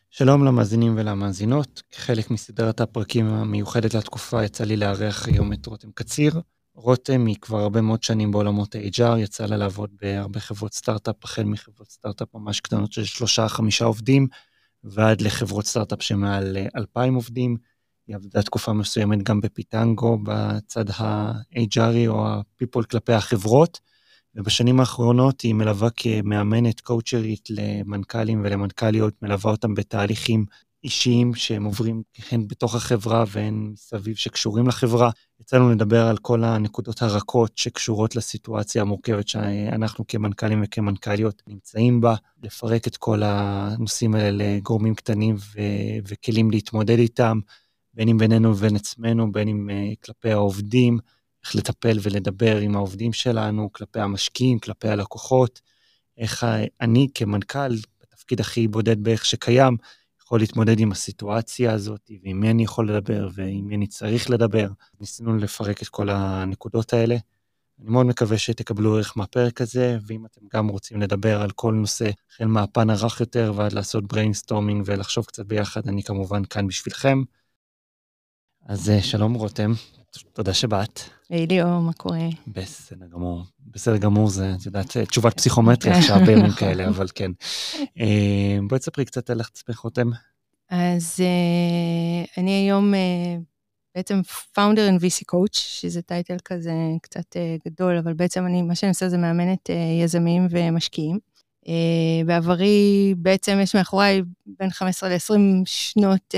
שלום למאזינים ולמאזינות, כחלק מסדרת הפרקים המיוחדת לתקופה יצא לי לארח היום את רותם קציר. רותם היא כבר הרבה מאוד שנים בעולמות ה-HR, יצא לה לעבוד בהרבה חברות סטארט-אפ, החל מחברות סטארט-אפ ממש קטנות של 3-5 עובדים, ועד לחברות סטארט-אפ שמעל 2,000 עובדים. היא עבדה תקופה מסוימת גם בפיטנגו, בצד ה-HRי או ה-people כלפי החברות, ובשנים האחרונות היא מלווה כמאמנת קואוצ'רית למנכ"לים ולמנכ"ליות, מלווה אותם בתהליכים אישיים שהם עוברים הן בתוך החברה והן מסביב שקשורים לחברה. יצאנו לדבר על כל הנקודות הרכות שקשורות לסיטואציה המורכבת שאנחנו כמנכ"לים וכמנכ"ליות נמצאים בה, לפרק את כל הנושאים האלה לגורמים קטנים וכלים להתמודד איתם, בין אם בינינו ובין עצמנו, בין אם כלפי העובדים, איך לטפל ולדבר עם העובדים שלנו, כלפי המשקיעים, כלפי הלקוחות, איך אני כמנכ"ל, בתפקיד הכי בודד בערך שקיים, יכול להתמודד עם הסיטואציה הזאת, ועם מי אני יכול לדבר, ועם מי אני צריך לדבר. ניסינו לפרק את כל הנקודות האלה. אני מאוד מקווה שתקבלו ערך מהפרק הזה, ואם אתם גם רוצים לדבר על כל נושא, החל מהפן הרך יותר, ועד לעשות בריינסטורמינג ולחשוב קצת ביחד, אני כמובן כאן בשבילכם. אז שלום רותם, תודה שבאת. היי ליאור, מה קורה? בסדר גמור. בסדר גמור זה, את יודעת, תשובת פסיכומטרי עכשיו בימים כאלה, אבל כן. בואי תספרי קצת על עצמך רותם. אז אני היום בעצם founder and VC coach, שזה טייטל כזה קצת גדול, אבל בעצם מה שאני עושה זה מאמנת יזמים ומשקיעים. בעברי בעצם יש מאחוריי בין 15 ל-20 שנות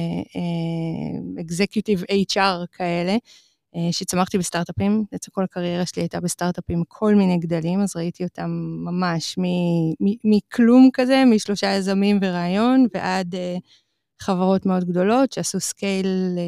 executive HR כאלה, שצמחתי בסטארט-אפים, בעצם כל הקריירה שלי הייתה בסטארט-אפים כל מיני גדלים, אז ראיתי אותם ממש מכלום כזה, מ3 יזמים ורעיון, ועד חברות מאוד גדולות, שעשו סקייל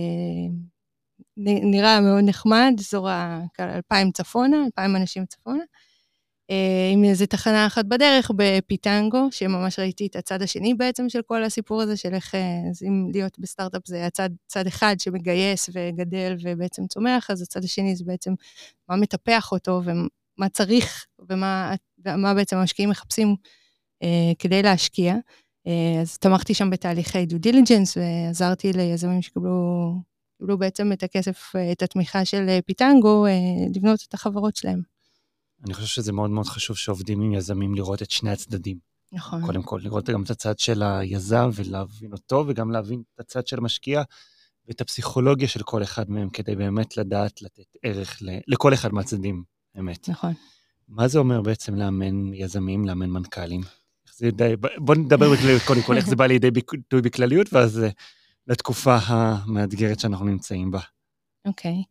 נראה מאוד נחמד, אזור 2,000 צפונה, 2,000 אנשים צפונה, עם איזו תחנה אחת בדרך בפיטנגו, שממש ראיתי את הצד השני בעצם של כל הסיפור הזה, של איך אם להיות בסטארט-אפ זה הצד אחד שמגייס וגדל ובעצם צומח, אז הצד השני זה בעצם מה מטפח אותו ומה צריך ומה בעצם המשקיעים מחפשים כדי להשקיע. אז תמכתי שם בתהליכי due diligence ועזרתי ליזמים שקיבלו בעצם את הכסף, את התמיכה של פיטנגו, לבנות את החברות שלהם. אני חושב שזה מאוד מאוד חשוב שעובדים עם יזמים לראות את שני הצדדים. נכון. קודם כל, לראות גם את הצד של היזם ולהבין אותו, וגם להבין את הצד של המשקיע, ואת הפסיכולוגיה של כל אחד מהם, כדי באמת לדעת לתת ערך לכל אחד מהצדדים, באמת. נכון. מה זה אומר בעצם לאמן יזמים, לאמן מנכ"לים? בוא נדבר קודם כל, איך זה בא לידי ביטוי בכלליות, ואז לתקופה המאתגרת שאנחנו נמצאים בה. אוקיי.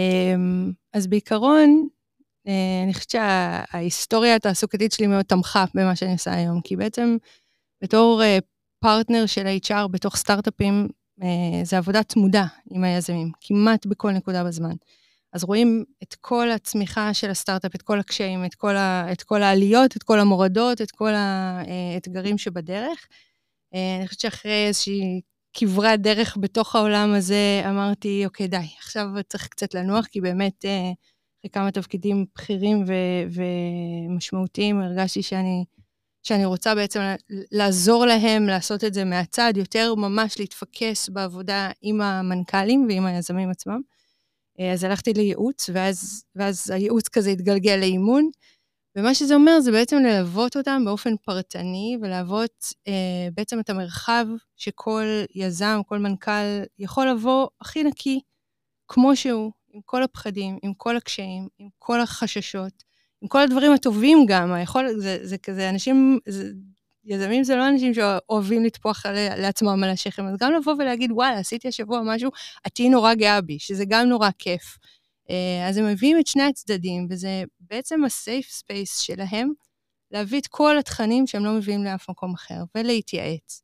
אז בעיקרון, אני חושבת שההיסטוריה התעסוקתית שלי מאוד תמכה במה שאני עושה היום, כי בעצם בתור פרטנר של HR בתוך סטארט-אפים, זה עבודה צמודה עם היזמים, כמעט בכל נקודה בזמן. אז רואים את כל הצמיחה של הסטארט-אפ, את כל הקשיים, את כל העליות, את כל המורדות, את כל האתגרים שבדרך. אני חושבת שאחרי איזושהי כברת דרך בתוך העולם הזה, אמרתי, אוקיי, די, עכשיו צריך קצת לנוח, כי באמת כמה תפקידים בכירים ומשמעותיים, הרגשתי שאני רוצה בעצם לעזור להם, לעשות את זה מהצד, יותר ממש להתפקס בעבודה עם המנכ"לים ועם היזמים עצמם. אז הלכתי לייעוץ, ואז הייעוץ כזה התגלגל לאימון, ומה שזה אומר זה בעצם ללוות אותם באופן פרטני, ולהוות בעצם את המרחב שכל יזם, כל מנכ"ל יכול לבוא הכי נקי, כמו שהוא, עם כל הפחדים, עם כל הקשיים, עם כל החששות, עם כל הדברים הטובים גם, זה כזה אנשים, יזמים זה לא אנשים שאוהבים לטפוח לעצמם על השכם, אז גם לבוא ולהגיד, וואלה, עשיתי השבוע משהו, עתי נורא גאה בי, שזה גם נורא כיף. אז הם מביאים את שני הצדדים, וזה בעצם ה-safe space שלהם, להביא את כל התכנים שהם לא מביאים לאף מקום אחר, ולהתייעץ,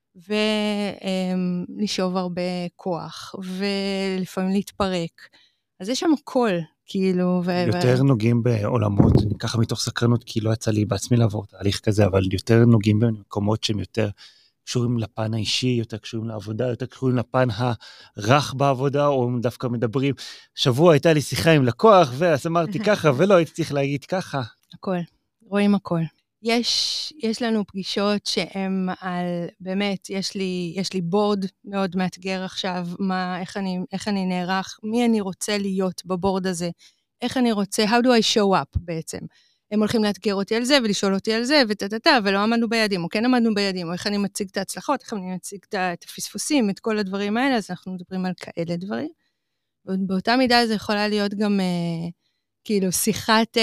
ולשאוב הרבה כוח, ולפעמים להתפרק. אז יש שם הכל, כאילו. יותר נוגעים בעולמות, אני ככה מתוך סקרנות, כי לא יצא לי בעצמי לעבור תהליך כזה, אבל יותר נוגעים במקומות שהם יותר קשורים לפן האישי, יותר קשורים לעבודה, יותר קשורים לפן הרך בעבודה, או דווקא מדברים, שבוע הייתה לי שיחה עם לקוח, ואז אמרתי ככה, ולא הייתי צריך להגיד ככה. הכל, רואים הכל. יש לנו פגישות שהן על, באמת, יש לי בורד מאוד מאתגר עכשיו, איך אני נערך, מי אני רוצה להיות בבורד הזה, איך אני רוצה, how do I show up בעצם. הם הולכים לאתגר אותי על זה ולשאול אותי על זה וטטטה, ולא עמדנו ביעדים, או כן עמדנו ביעדים, או איך אני מציג את ההצלחות, איך אני מציג את הפספוסים, את כל הדברים האלה, אז אנחנו מדברים על כאלה דברים. באותה מידה זה יכולה להיות גם כאילו שיחת,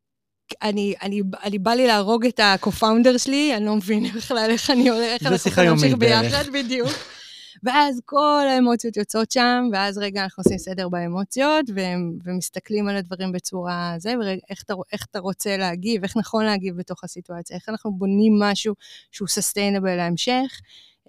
אני בא לי להרוג את ה-co-founder שלי, אני לא מבין בכלל איך אני הולך, זה שיחה יומית בערך. בדיוק. ואז כל האמוציות יוצאות שם, ואז רגע אנחנו עושים סדר באמוציות, ומסתכלים על הדברים בצורה זה, ואיך אתה רוצה להגיב, איך נכון להגיב בתוך הסיטואציה, איך אנחנו בונים משהו שהוא sustainable להמשך,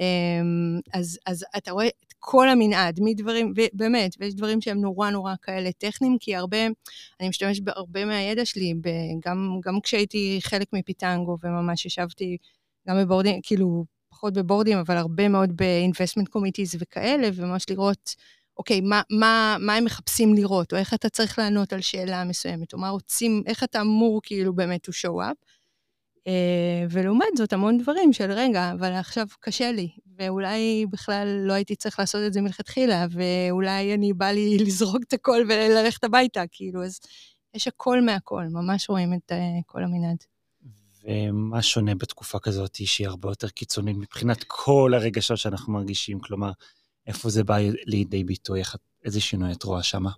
אז אתה רואה את כל המנעד, מדברים, באמת, ויש דברים שהם נורא נורא כאלה טכניים, כי אני משתמש בהרבה מהידע שלי, גם כשהייתי חלק מפיטנגו, וממש ישבתי גם בבורדים, כאילו, פחות בבורדים, אבל הרבה מאוד ב-investment committees וכאלה, וממש לראות, אוקיי, מה הם מחפשים לראות, או איך אתה צריך לענות על שאלה מסוימת, או מה רוצים, איך אתה אמור כאילו באמת to show up, ולעומת זאת המון דברים של רגע, אבל עכשיו קשה לי, ואולי בכלל לא הייתי צריך לעשות את זה מלכתחילה, ואולי אני בא לי לזרוק את הכל וללכת הביתה, כאילו, אז יש הכל מהכל, ממש רואים את כל המנעד. ומה שונה בתקופה כזאת שהיא הרבה יותר קיצונית מבחינת כל הרגשות שאנחנו מרגישים, כלומר, איפה זה בא לידי ביטוי, איזה שינוי את רואה שמה?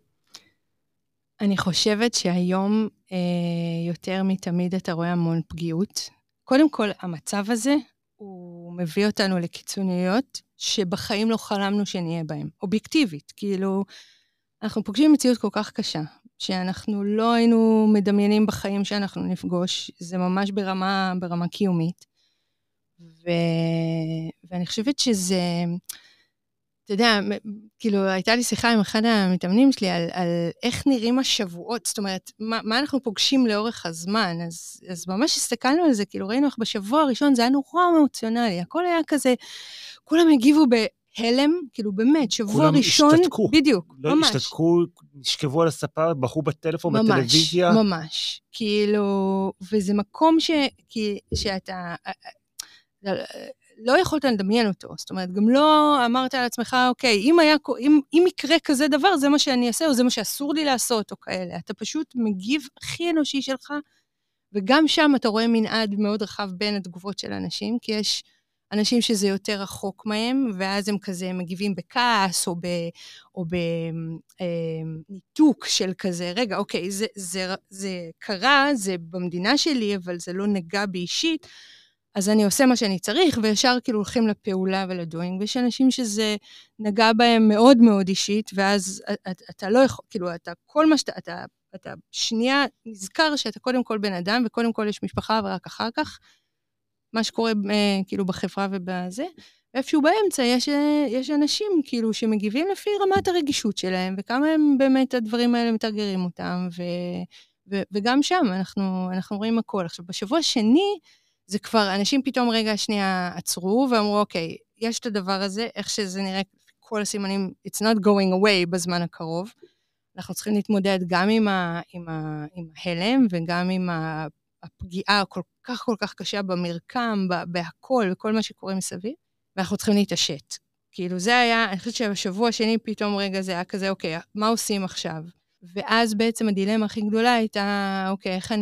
אני חושבת שהיום יותר מתמיד אתה רואה המון פגיעות. קודם כל, המצב הזה, הוא מביא אותנו לקיצוניות שבחיים לא חלמנו שנהיה בהם. אובייקטיבית, כאילו, אנחנו פוגשים מציאות כל כך קשה, שאנחנו לא היינו מדמיינים בחיים שאנחנו נפגוש, זה ממש ברמה קיומית. ואני חושבת שזה, אתה יודע, כאילו, הייתה לי שיחה עם אחד המתאמנים שלי על איך נראים השבועות, זאת אומרת, מה אנחנו פוגשים לאורך הזמן, אז ממש הסתכלנו על זה, כאילו, ראינו איך בשבוע הראשון זה היה נורא אמוציונלי, הכל היה כזה, כולם הגיבו בהלם, כאילו, באמת, שבוע ראשון, כולם השתתקו. בדיוק, לא ממש. השתתקו, נשכבו על הספה, בחו בטלפון, ממש, בטלוויזיה. ממש, כאילו, וזה מקום שאתה, לא יכולת לדמיין אותו, זאת אומרת, גם לא אמרת על עצמך, אוקיי, אם יקרה כזה דבר, זה מה שאני אעשה, או זה מה שאסור לי לעשות, או כאלה. אתה פשוט מגיב הכי אנושי שלך, וגם שם אתה רואה מנעד מאוד רחב בין התגובות של אנשים, כי יש אנשים שזה יותר רחוק מהם, ואז הם כזה מגיבים בכעס, או בניתוק של כזה, רגע, אוקיי, זה קרה, זה במדינה שלי, אבל זה לא נגע בי אישית, אז אני עושה מה שאני צריך, וישר כאילו הולכים לפעולה ולדוינג, ויש אנשים שזה נגע בהם מאוד מאוד אישית, ואז אתה לא יכול, כאילו, אתה כל מה אתה שנייה נזכר שאתה קודם כל בן אדם, וקודם כל יש משפחה, ורק אחר כך, מה שקורה כאילו בחברה ובזה, ואיפשהו באמצע יש אנשים כאילו שמגיבים לפי רמת הרגישות שלהם, וכמה הם באמת הדברים האלה מתרגרים אותם, וגם שם אנחנו רואים הכל. עכשיו, בשבוע השני, זה כבר, אנשים פתאום רגע שנייה עצרו, ואמרו, אוקיי, יש את הדבר הזה, איך שזה נראה, כל הסימנים, it's not going away בזמן הקרוב. אנחנו צריכים להתמודד גם עם ההלם, וגם עם הפגיעה כל כך קשה במרקם, בהכל, וכל מה שקורה מסביב, ואנחנו צריכים להתעשת. כאילו זה היה, אני חושבת שבשבוע השני פתאום רגע זה היה כזה, אוקיי, מה עושים עכשיו? ואז בעצם הדילמה הכי גדולה הייתה, אוקיי, איך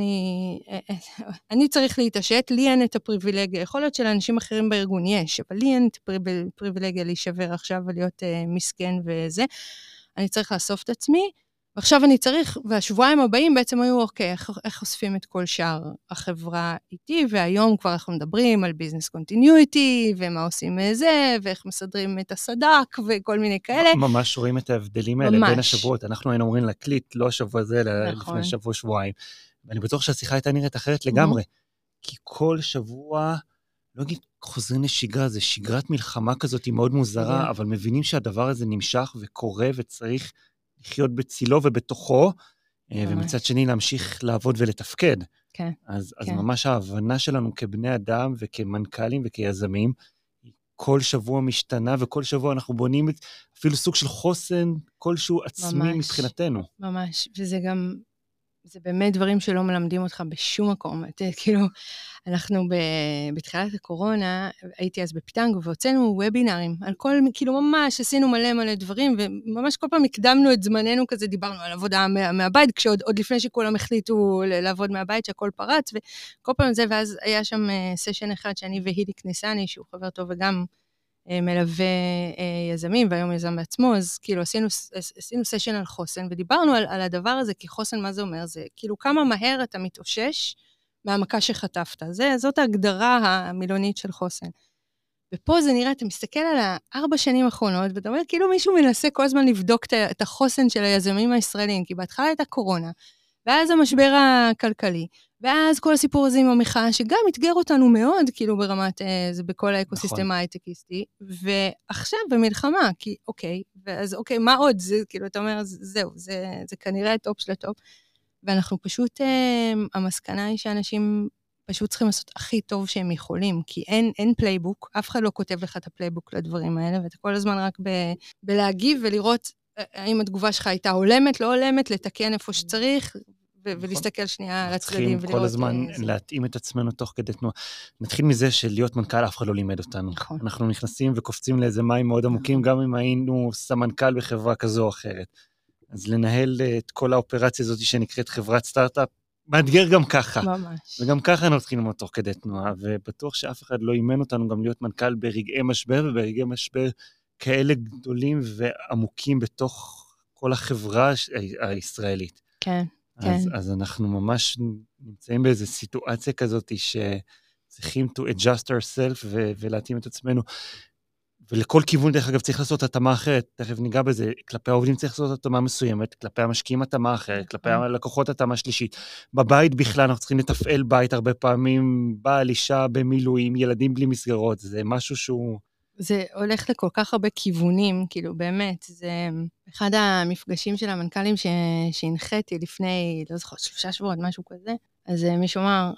אני צריך להתעשת, לי אין את הפריבילגיה, יכול להיות שלאנשים אחרים בארגון יש, אבל לי אין את הפריבילגיה להישבר עכשיו ולהיות מסכן וזה, אני צריך לאסוף את עצמי, ועכשיו אני צריך, והשבועיים הבאים בעצם היו, אוקיי, איך חושפים את כל שאר החברה איתי, והיום כבר אנחנו מדברים על ביזנס קונטיניויטי, ומה עושים זה, ואיך מסדרים את הסדק, וכל מיני כאלה. ממש רואים את ההבדלים האלה בין השבועות. אנחנו היינו אומרים להקליט, לא השבוע הזה, אלא לפני שבוע-שבועיים. ואני בטוח שהשיחה הייתה נראית אחרת לגמרי. כי כל שבוע, לא אגיד חוזרים לשגרה, זה שגרת מלחמה כזאת, היא מאוד מוזרה, אבל מבינים שהדבר הזה נמשך וקורה וצריך לחיות בצילו ובתוכו, ומצד שני להמשיך לעבוד ולתפקד. כן. אז ממש ההבנה שלנו כבני אדם וכמנכ"לים וכיזמים, כל שבוע משתנה, וכל שבוע אנחנו בונים אפילו סוג של חוסן כלשהו עצמי מבחינתנו. ממש, וזה גם, זה באמת דברים שלא מלמדים אותך בשום מקום. כאילו, אנחנו בתחילת הקורונה, הייתי אז בפיטנגו, והוצאנו וובינרים על כל, כאילו ממש עשינו מלא דברים, וממש כל פעם הקדמנו את זמננו כזה, דיברנו על עבודה מהבית, כשעוד לפני שכולם החליטו לעבוד מהבית, שהכל פרץ, וכל פעם זה, ואז היה שם סשן אחד שאני והילי כניסני, שהוא חבר טוב וגם מלווה יזמים, והיום יזם בעצמו, אז כאילו עשינו סשן על חוסן, ודיברנו על הדבר הזה, כי חוסן, מה זה אומר? זה כאילו כמה מהר אתה מתאושש מהמכה שחטפת. זאת ההגדרה המילונית של חוסן. ופה זה נראה, אתה מסתכל על 4 שנים האחרונות, ואתה אומר, כאילו מישהו מנסה כל הזמן לבדוק את החוסן של היזמים הישראלים, כי בהתחלה הייתה קורונה, ואז המשבר הכלכלי, ואז כל הסיפור הזה עם המחאה, שגם התגר אותנו מאוד, כאילו ברמת, זה בכל האקוסיסטם ההייטקיסטי, ועכשיו במלחמה, כי אוקיי, אז אוקיי, מה עוד? זה, כאילו, אתה אומר, זהו, זה כנראה הטופ של הטופ, ואנחנו פשוט, המסקנה היא שאנשים פשוט צריכים לעשות הכי טוב שהם יכולים, כי אין פלייבוק, אף אחד לא כותב לך את הפלייבוק לדברים האלה, ואתה כל הזמן רק בלהגיב ולראות האם התגובה שלך הייתה הולמת, לא הולמת, לתקן איפה שצריך, ולהסתכל שנייה על הצדדים ולראות... צריכים כל הזמן להתאים את עצמנו תוך כדי תנועה. נתחיל מזה שלהיות מנכ"ל אף אחד לא לימד אותנו. אנחנו נכנסים וקופצים לאיזה מים מאוד עמוקים, גם אם היינו סמנכ"ל בחברה כזו או אחרת. אז לנהל את כל האופרציה הזאת שנקראת חברת סטארט-אפ, מאתגר גם ככה. ממש. וגם ככה אנחנו צריכים ללמוד תוך כדי תנועה, ובטוח שאף אחד לא אימן אותנו גם להיות מנכ"ל ברגעי משבר, וברגעי משבר כאלה גדולים ועמוקים בתוך כל החברה הישראלית. כן, כן. אז אנחנו ממש נמצאים באיזו סיטואציה כזאת שצריכים to adjust ourselves ולהתאים את עצמנו. ולכל כיוון, דרך אגב, צריך לעשות התאמה אחרת, תכף ניגע בזה, כלפי העובדים צריך לעשות התאמה מסוימת, כלפי המשקיעים התאמה אחרת, כלפי הלקוחות התאמה שלישית. בבית בכלל אנחנו צריכים לתפעל בית הרבה פעמים, בעל, אישה, במילואים, ילדים בלי מסגרות, זה משהו שהוא... זה הולך לכל כך הרבה כיוונים, כאילו באמת, זה אחד המפגשים של המנכ"לים שהנחיתי לפני, לא זוכר, 3 שבועות, משהו כזה, אז מישהו אמר,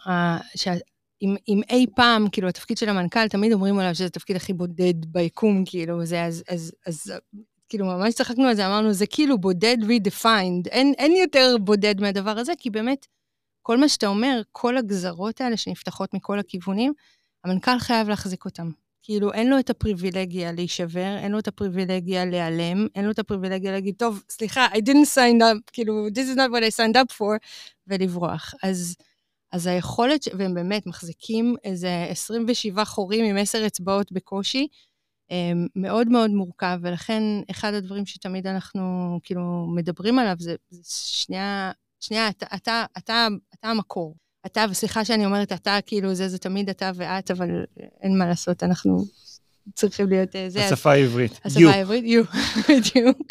אם אי פעם, כאילו, התפקיד של המנכ"ל, תמיד אומרים עליו שזה התפקיד הכי בודד ביקום, כאילו, זה, אז כאילו, ממש צחקנו על זה, אמרנו, זה כאילו בודד redefined, אין יותר בודד מהדבר הזה, כי באמת, כל מה שאתה אומר, כל הגזרות האלה שנפתחות מכל הכיוונים, המנכ"ל חייב להחזיק אותם. כאילו, אין לו את הפריבילגיה להישבר, אין לו את הפריבילגיה להיעלם, אין לו את הפריבילגיה להגיד, טוב, סליחה, I didn't sign up, כאילו, this is not what I signed up for, ולברוח. אז היכולת, והם באמת מחזיקים איזה 27 חורים עם 10 אצבעות בקושי, מאוד מאוד מורכב, ולכן אחד הדברים שתמיד אנחנו כאילו מדברים עליו, זה שנייה, אתה המקור. אתה, וסליחה שאני אומרת, אתה כאילו זה תמיד אתה ואת, אבל אין מה לעשות, אנחנו צריכים להיות זה. השפה העברית. השפה העברית, בדיוק.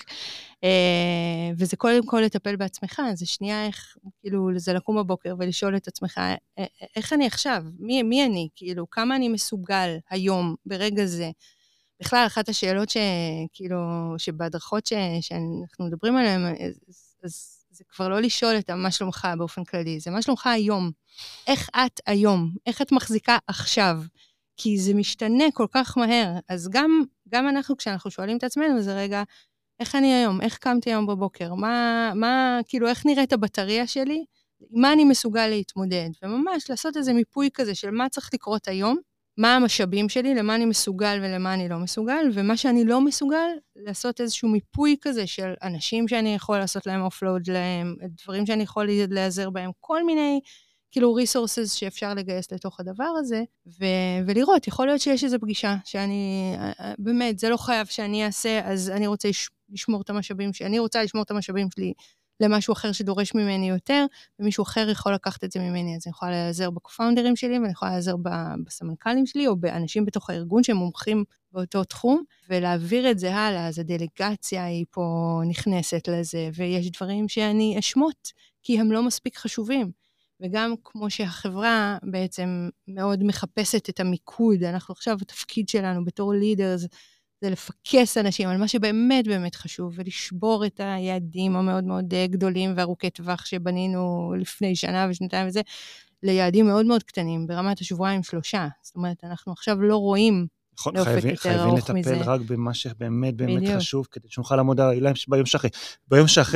וזה קודם כל לטפל בעצמך, זה שנייה איך, כאילו, זה לקום בבוקר ולשאול את עצמך, איך אני עכשיו? מי אני? כאילו, כמה אני מסוגל היום, ברגע זה? בכלל, אחת השאלות שכאילו, שבהדרכות שאנחנו מדברים עליהן, אז זה כבר לא לשאול את מה שלומך באופן כללי, זה מה שלומך היום. איך את היום? איך את מחזיקה עכשיו? כי זה משתנה כל כך מהר. אז גם אנחנו, כשאנחנו שואלים את עצמנו, זה רגע, איך אני היום? איך קמתי היום בבוקר? כאילו, איך נראית הבטריה שלי? מה אני מסוגל להתמודד? וממש לעשות איזה מיפוי כזה של מה צריך לקרות היום, מה המשאבים שלי, למה אני מסוגל ולמה אני לא מסוגל, ומה שאני לא מסוגל, לעשות איזשהו מיפוי כזה של אנשים שאני יכול לעשות להם אופלוד להם, דברים שאני יכול להיעזר בהם, כל מיני כאילו resources שאפשר לגייס לתוך הדבר הזה, ולראות, יכול להיות שיש איזו פגישה, שאני, באמת, זה לא חייב שאני אעשה, אז אני רוצה לשמור את המשאבים שלי, אני רוצה לשמור את המשאבים שלי למשהו אחר שדורש ממני יותר, ומישהו אחר יכול לקחת את זה ממני, אז אני יכולה להיעזר בקופאונדרים שלי, ואני יכולה להיעזר בסמנכ"לים שלי, או באנשים בתוך הארגון שהם מומחים באותו תחום, ולהעביר את זה הלאה, אז הדלגציה היא פה נכנסת לזה, ויש דברים שאני אשמות, כי הם לא מספיק חשובים. וגם כמו שהחברה בעצם מאוד מחפשת את המיקוד, אנחנו עכשיו, התפקיד שלנו בתור לידרס, זה לפקס אנשים על מה שבאמת באמת חשוב, ולשבור את היעדים המאוד מאוד גדולים וארוכי טווח שבנינו לפני שנה ושנתיים וזה, ליעדים מאוד מאוד קטנים, ברמת השבועיים 3. זאת אומרת, אנחנו עכשיו לא רואים לאופק יותר ארוך מזה. חייבים לטפל רק במה שבאמת באמת חשוב, כדי שנוכל לעמוד ביום שאחרי. ביום שאחרי,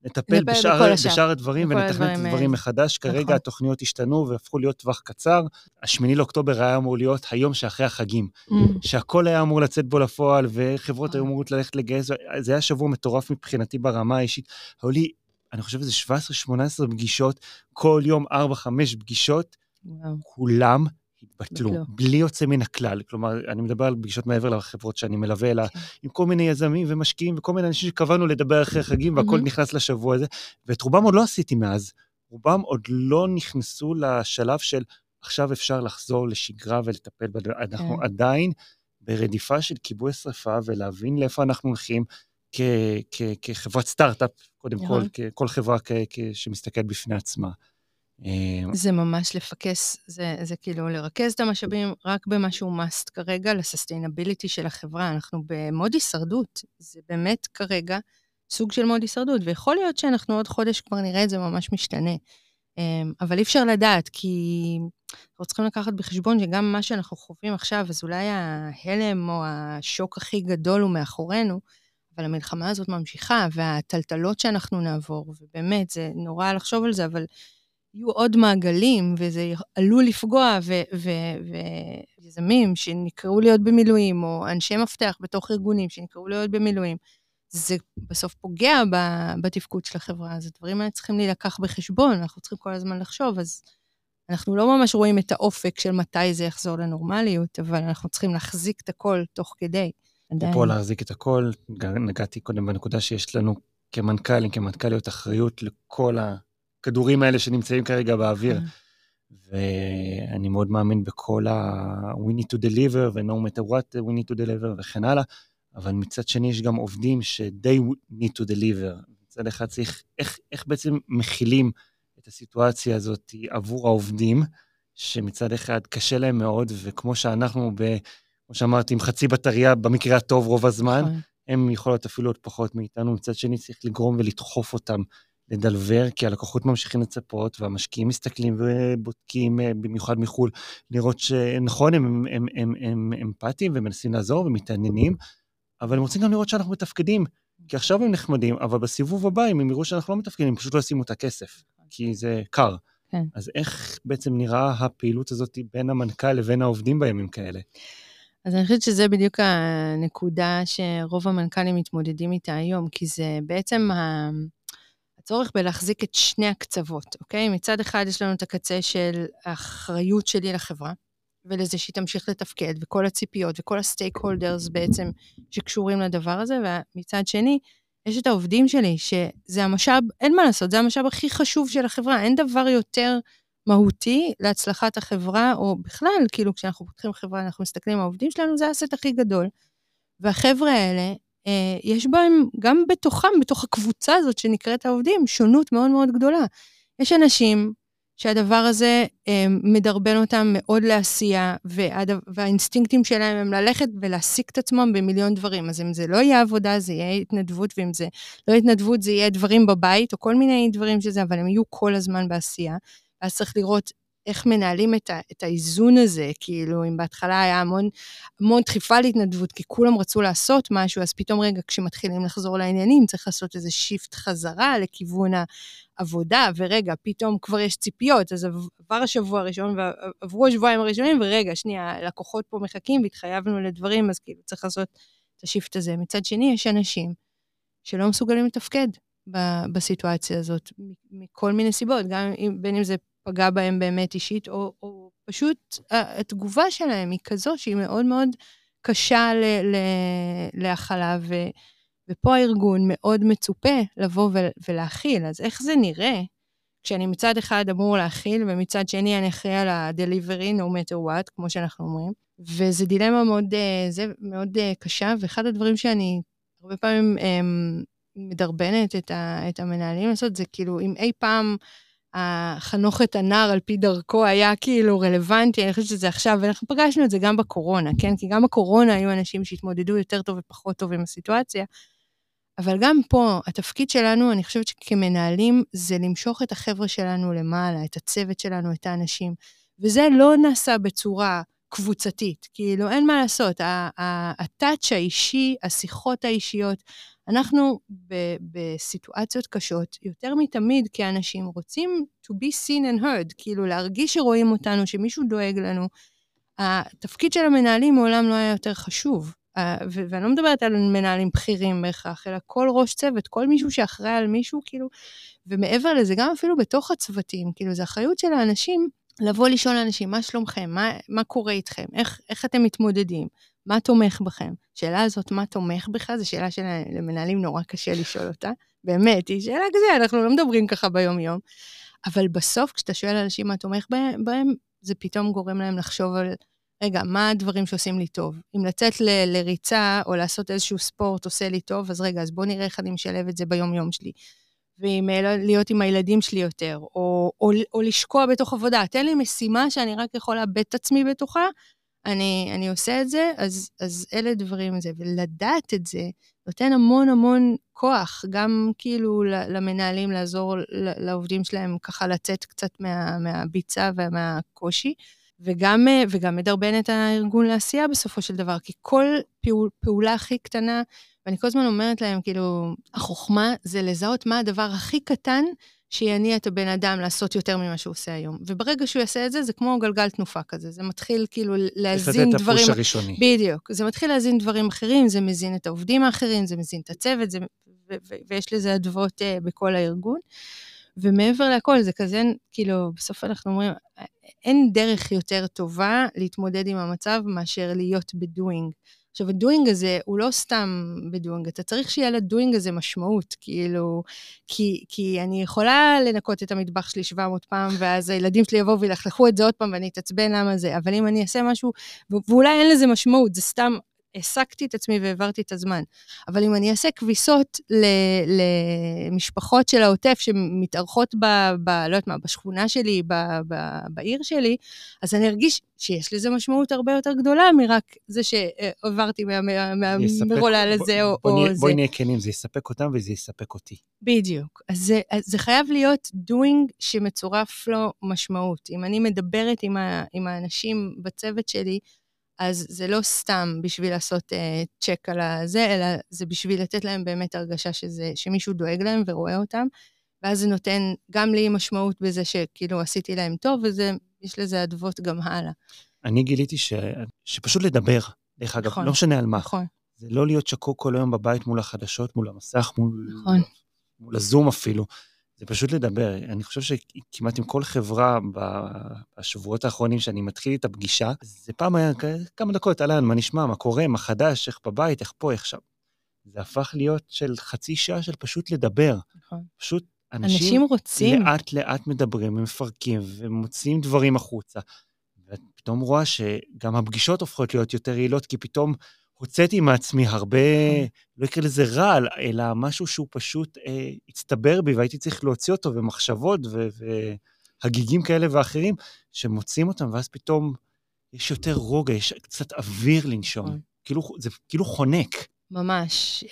נטפל בשאר הדברים ונתכנת את הדברים מחדש. כרגע התוכניות השתנו והפכו להיות טווח קצר. 8 לאוקטובר היה אמור להיות היום שאחרי החגים, שהכל היה אמור לצאת בו לפועל, וחברות היו אמורות ללכת לגייס, זה היה שבוע מטורף מבחינתי ברמה האישית. היו לי, אני חושב, זה 17-18 פגישות, כל יום 4-5 פגישות, כולם התבטלו, בלי יוצא מן הכלל. כלומר, אני מדבר על פגישות מעבר לחברות שאני מלווה אלא, עם כל מיני יזמים ומשקיעים, וכל מיני אנשים שקבענו לדבר אחרי חגים, והכל נכנס לשבוע הזה, ואת רובם עוד לא עשיתי מאז. רובם עוד לא נכנסו לשלב של, עכשיו אפשר לחזור לשגרה ולטפל בדבר. אנחנו עדיין ברדיפה של כיבוי שריפה, ולהבין לאיפה אנחנו הולכים, כחברת סטארט-אפ, קודם כל, כל חברה שמסתכלת בפני עצמה. זה ממש לפקס, זה כאילו לרכז את המשאבים רק במשהו מאסט כרגע, לססטיינביליטי של החברה. אנחנו במוד הישרדות, זה באמת כרגע סוג של מוד הישרדות, ויכול להיות שאנחנו עוד חודש כבר נראה את זה ממש משתנה. אבל אי אפשר לדעת, כי אנחנו צריכים לקחת בחשבון שגם מה שאנחנו חווים עכשיו, אז אולי ההלם או השוק הכי גדול הוא מאחורינו, אבל המלחמה הזאת ממשיכה, והטלטלות שאנחנו נעבור, ובאמת זה נורא לחשוב על זה, אבל יהיו עוד מעגלים, וזה עלול לפגוע, ויזמים שנקראו להיות במילואים, או אנשי מפתח בתוך ארגונים שנקראו להיות במילואים, זה בסוף פוגע בתפקוד של החברה. אז הדברים האלה צריכים להילקח בחשבון, אנחנו צריכים כל הזמן לחשוב, אז אנחנו לא ממש רואים את האופק של מתי זה יחזור לנורמליות, אבל אנחנו צריכים להחזיק את הכל תוך כדי. פה להחזיק את הכל, נגעתי קודם בנקודה שיש לנו כמנכ"לים, כמנכ"ליות אחריות לכל הכדורים האלה שנמצאים כרגע באוויר, ואני מאוד מאמין בכל we need to deliver, ו-no matter what we need to deliver, וכן הלאה, אבל מצד שני יש גם עובדים ש-they need to deliver. מצד אחד צריך, איך בעצם מכילים את הסיטואציה הזאת עבור העובדים, שמצד אחד קשה להם מאוד, וכמו שאנחנו, כמו שאמרתי, עם חצי בטריה, במקרה הטוב רוב הזמן, הם יכולות אפילו עוד פחות מאיתנו, מצד שני צריך לגרום ולדחוף אותם לדלבר, כי הלקוחות ממשיכים לצפות, והמשקיעים מסתכלים ובודקים, במיוחד מחול, לראות שנכון, הם אמפתיים ומנסים לעזור ומתעניינים, אבל הם רוצים גם לראות שאנחנו מתפקדים, כי עכשיו הם נחמדים, אבל בסיבוב הבא, אם הם יראו שאנחנו לא מתפקדים, הם פשוט לא ישימו את הכסף, כי זה קר. כן. אז איך בעצם נראה הפעילות הזאת בין המנכ"ל לבין העובדים בימים כאלה? אז אני חושבת שזה בדיוק הנקודה שרוב המנכ"לים מתמודדים איתה היום, כי זה בעצם הצורך בלהחזיק את שני הקצוות, אוקיי? מצד אחד יש לנו את הקצה של האחריות שלי לחברה, ולזה שהיא תמשיך לתפקד, וכל הציפיות וכל הסטייק הולדרס בעצם שקשורים לדבר הזה, ומצד שני, יש את העובדים שלי, שזה המשאב, אין מה לעשות, זה המשאב הכי חשוב של החברה, אין דבר יותר מהותי להצלחת החברה, או בכלל, כאילו כשאנחנו פותחים חברה, אנחנו מסתכלים על העובדים שלנו, זה הסט הכי גדול. והחבר'ה האלה, יש בהם, גם בתוכם, בתוך הקבוצה הזאת שנקראת העובדים, שונות מאוד מאוד גדולה. יש אנשים שהדבר הזה מדרבן אותם מאוד לעשייה, והאינסטינקטים שלהם הם ללכת ולהסיק את עצמם במיליון דברים. אז אם זה לא יהיה עבודה, זה יהיה התנדבות, ואם זה לא התנדבות, זה יהיה דברים בבית, או כל מיני דברים שזה, אבל הם יהיו כל הזמן בעשייה. אז צריך לראות איך מנהלים את האיזון הזה, כאילו אם בהתחלה היה המון דחיפה להתנדבות, כי כולם רצו לעשות משהו, אז פתאום רגע כשמתחילים לחזור לעניינים, צריך לעשות איזה שיפט חזרה לכיוון העבודה, ורגע, פתאום כבר יש ציפיות, אז עבר השבוע הראשון, ועברו השבועיים הראשונים, ורגע, שנייה, לקוחות פה מחכים, והתחייבנו לדברים, אז כאילו צריך לעשות את השיפט הזה. מצד שני, יש אנשים שלא מסוגלים לתפקד בסיטואציה הזאת, מכל מיני סיבות, גם בין אם זה פגע בהם באמת אישית, או פשוט התגובה שלהם היא כזו שהיא מאוד מאוד קשה להכלה, ופה הארגון מאוד מצופה לבוא ולהכיל. אז איך זה נראה כשאני מצד אחד אמור להכיל, ומצד שני אני אחראי על ה-delivery, no matter what, כמו שאנחנו אומרים, וזה דילמה מאוד קשה, ואחד הדברים שאני הרבה פעמים מדרבנת את המנהלים לעשות, זה כאילו אם אי פעם החנוך את הנער על פי דרכו היה כאילו רלוונטי, אני חושבת שזה עכשיו, ואנחנו פגשנו את זה גם בקורונה, כן? כי גם בקורונה היו אנשים שהתמודדו יותר טוב ופחות טוב עם הסיטואציה, אבל גם פה, התפקיד שלנו, אני חושבת שכמנהלים, זה למשוך את החבר'ה שלנו למעלה, את הצוות שלנו, את האנשים, וזה לא נעשה בצורה קבוצתית, כאילו אין מה לעשות, הטאץ' האישי, השיחות האישיות, אנחנו בסיטואציות קשות, יותר מתמיד כאנשים רוצים to be seen and heard, כאילו להרגיש שרואים אותנו, שמישהו דואג לנו. התפקיד של המנהלים מעולם לא היה יותר חשוב, ואני לא מדברת על מנהלים בכירים בהכרח, אלא כל ראש צוות, כל מישהו שאחראי על מישהו, כאילו, ומעבר לזה, גם אפילו בתוך הצוותים, כאילו, זה אחריות של האנשים, לבוא לשאול לאנשים, מה שלומכם, מה קורה איתכם, איך אתם מתמודדים, מה תומך בכם. שאלה הזאת, מה תומך בך, זו שאלה שלמנהלים נורא קשה לשאול אותה, באמת, היא שאלה כזה, אנחנו לא מדברים ככה ביום-יום, אבל בסוף, כשאתה שואל לאנשים מה תומך בהם, זה פתאום גורם להם לחשוב על, רגע, מה הדברים שעושים לי טוב? אם לצאת לריצה או לעשות איזשהו ספורט עושה לי טוב, אז רגע, אז בוא נראה איך אני משלב את זה ביום-יום שלי. ואם להיות עם הילדים שלי יותר, או לשקוע בתוך עבודה. תן לי משימה שאני רק יכול לאבד את עצמי בתוכה, אני עושה את זה, אז אלה דברים זה. ולדעת את זה, נותן המון המון כוח, גם כאילו למנהלים לעזור לעובדים שלהם ככה לצאת קצת מהביצה ומהקושי, וגם מדרבן את הארגון לעשייה בסופו של דבר, כי כל פעולה הכי קטנה, ואני כל הזמן אומרת להם, כאילו, החוכמה זה לזהות מה הדבר הכי קטן שיניע את הבן אדם לעשות יותר ממה שהוא עושה היום. וברגע שהוא יעשה את זה, זה כמו גלגל תנופה כזה, זה מתחיל כאילו להזין דברים... זה הפוש הראשוני. בדיוק, זה מתחיל להזין דברים אחרים, זה מזין את העובדים האחרים, זה מזין את הצוות, ויש לזה אדוות בכל הארגון. ומעבר לכל, זה כזה, כאילו, בסוף אנחנו אומרים, אין דרך יותר טובה להתמודד עם המצב מאשר להיות בדואינג. עכשיו, הדואינג הזה הוא לא סתם בדואינג, אתה צריך שיהיה לדואינג הזה משמעות, כאילו, כי אני יכולה לנקות את המטבח שלי 700 פעם, ואז הילדים שלי יבואו וילכלכו את זה עוד פעם, ואני אתעצבן למה זה, אבל אם אני אעשה משהו, ואולי אין לזה משמעות, זה סתם, העסקתי את עצמי והעברתי את הזמן. אבל אם אני אעשה כביסות למשפחות של העוטף שמתארחות לא יודעת מה, בשכונה שלי, בעיר שלי, אז אני ארגיש שיש לזה משמעות הרבה יותר גדולה מרק זה שעברתי מהמרולה לזה או זה. בואי נהיה כנים, זה יספק אותם וזה יספק אותי. בדיוק. אז זה חייב להיות doing שמצורף לו משמעות. אם אני מדברת עם האנשים בצוות שלי, אז זה לא סתם בשביל לעשות צ'ק על זה, אלא זה בשביל לתת להם באמת הרגשה שמישהו דואג להם ורואה אותם, ואז זה נותן גם לי משמעות בזה שכאילו עשיתי להם טוב, ויש לזה אדוות גם הלאה. אני גיליתי שפשוט לדבר, דרך אגב, לא משנה על מה. נכון. זה לא להיות שקוק כל היום בבית מול החדשות, מול המסך, נכון. מול הזום אפילו. זה פשוט לדבר. אני חושב שכמעט עם כל חברה בשבועות האחרונים שאני מתחיל את הפגישה, זה פעם היה כמה דקות, אלן, מה נשמע, מה קורה, מה חדש, איך בבית, איך פה, איך שם. זה הפך להיות של חצי שעה של פשוט לדבר. נכון. פשוט אנשים רוצים. לאט לאט מדברים, ומפרקים, ומוצאים דברים החוצה. ופתאום רואה שגם הפגישות הופכות להיות יותר יעילות, כי פתאום הוצאתי מעצמי הרבה, לא יקרה לזה רע, אלא משהו שהוא פשוט הצטבר בי, והייתי צריך להוציא אותו, ומחשבות והגיגים כאלה ואחרים, שמוצאים אותם, ואז פתאום יש יותר רוגע, יש קצת אוויר לנשום. זה כאילו חונק. ממש.